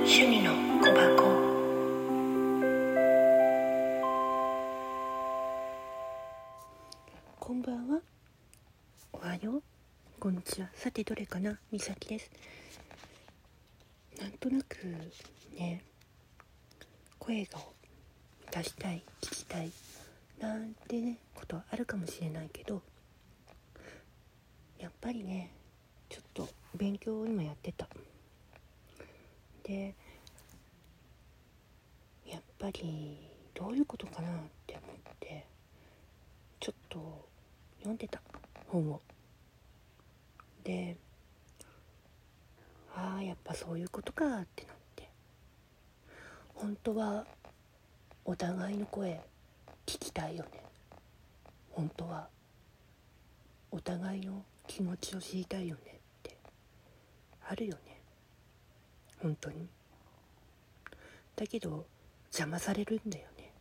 趣味の小箱。こんばんは、おはよう、こんにちは。さてどれかな、みさきです。なんとなくね、声を出したい、聞きたいなんてねことはあるかもしれないけど、やっぱりねちょっと勉強を今やってた。でやっぱりどういうことかなって思ってちょっと読んでた本を。でやっぱそういうことかってなって、本当はお互いの声聞きたいよね。本当はお互いの気持ちを知りたいよねってあるよね、本当に。だけど邪魔されるんだよね。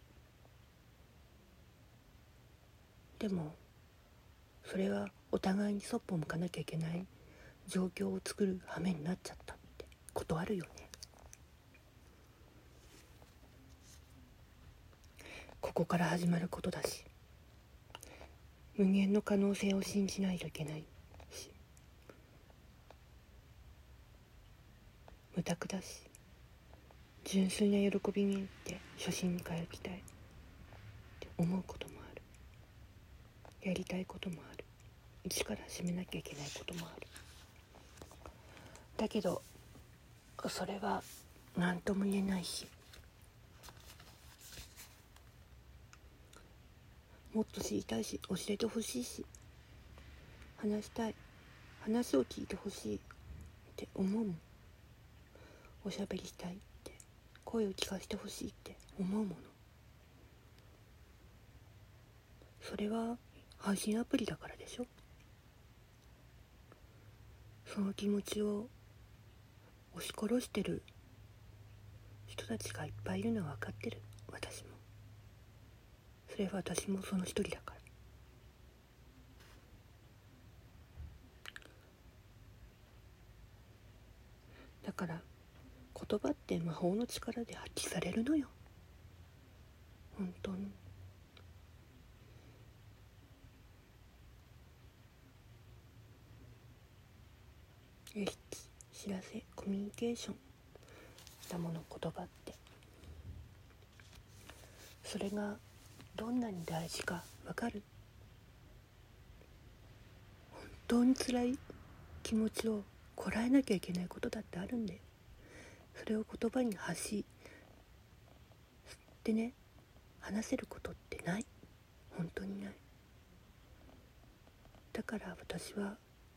でもそれはお互いにそっぽ向かなきゃいけない状況を作る羽目になっちゃったってことあるよね。ここから始まることだし、無限の可能性を信じないといけないし、無択だし、純粋な喜びに行って初心に帰りたいって思うこともある。やりたいこともある。一から始めなきゃいけないこともある。だけどそれは何とも言えないし、もっと知りたいし、教えてほしいし、話したい、話を聞いてほしいって思うもん。おしゃべりしたいって、声を聞かせてほしいって思うもの。それは配信アプリだからでしょ。その気持ちを押し殺してる人たちがいっぱいいるのは分かってる。私も。それは私もその一人だから。だから言葉って魔法の力で発揮されるのよ、本当に。知らせ、コミュニケーションだもの、言葉って。それがどんなに大事か分かる。本当に辛い気持ちをこらえなきゃいけないことだってあるんだよ。それを言葉に発してね、話せることってない。本当にない。だから私は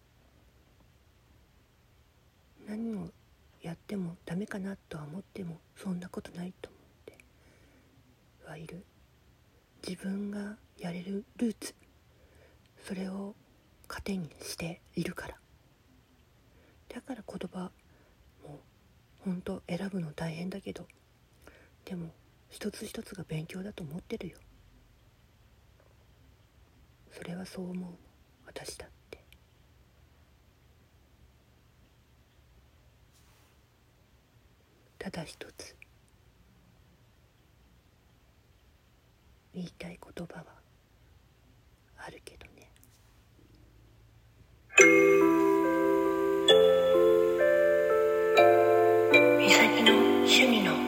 何をやってもダメかなとは思っても、そんなことないと思ってはいる。自分がやれるルーツ、それを糧にしているから。だから言葉も本当選ぶの大変だけど、でも一つ一つが勉強だと思ってるよ。それはそう思う、私だって。ただ一つ言いたい言葉はあるけどね。美咲の趣味の